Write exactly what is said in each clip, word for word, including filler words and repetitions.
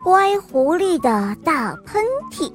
乖狐狸的大喷嚏。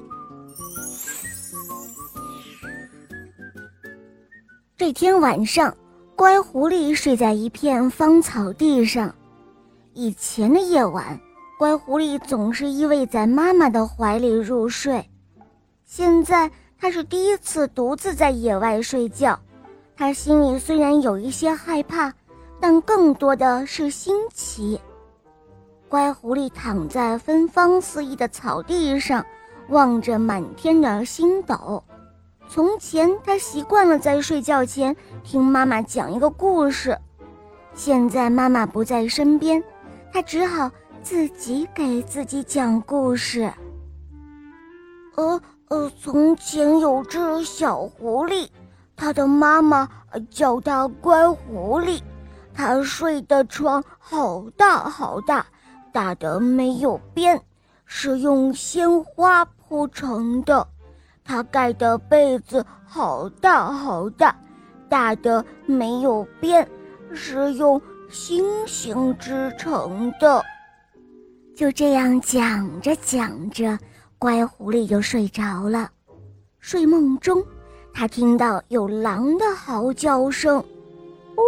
这天晚上，乖狐狸睡在一片芳草地上。以前的夜晚，乖狐狸总是依偎在妈妈的怀里入睡。现在它是第一次独自在野外睡觉，它心里虽然有一些害怕，但更多的是新奇。乖狐狸躺在芬芳四溢的草地上，望着满天的星斗。从前他习惯了在睡觉前听妈妈讲一个故事，现在妈妈不在身边，他只好自己给自己讲故事。呃呃，从前有只小狐狸，它的妈妈叫它乖狐狸，它睡的床好大好大，大得没有边，是用鲜花铺成的。它盖的被子好大好大，大得没有边，是用星星织成的。就这样讲着讲着，乖狐狸就睡着了。睡梦中，他听到有狼的嚎叫声，呜！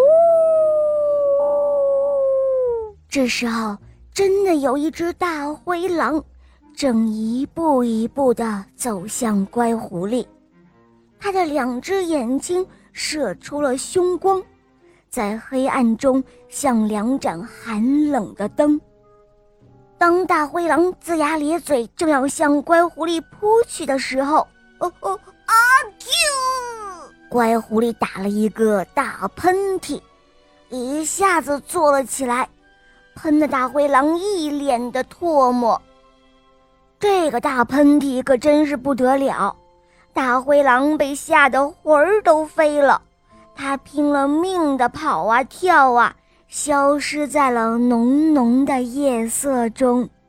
这时候，真的有一只大灰狼，正一步一步地走向乖狐狸。它的两只眼睛射出了凶光，在黑暗中像两盏寒冷的灯。当大灰狼龇牙咧嘴正要向乖狐狸扑去的时候，哦哦啊 Q！ 乖狐狸打了一个大喷嚏，一下子坐了起来，喷得大灰狼一脸的唾沫。这个大喷嚏可真是不得了，大灰狼被吓得魂儿都飞了，他拼了命地跑啊跳啊，消失在了浓浓的夜色中。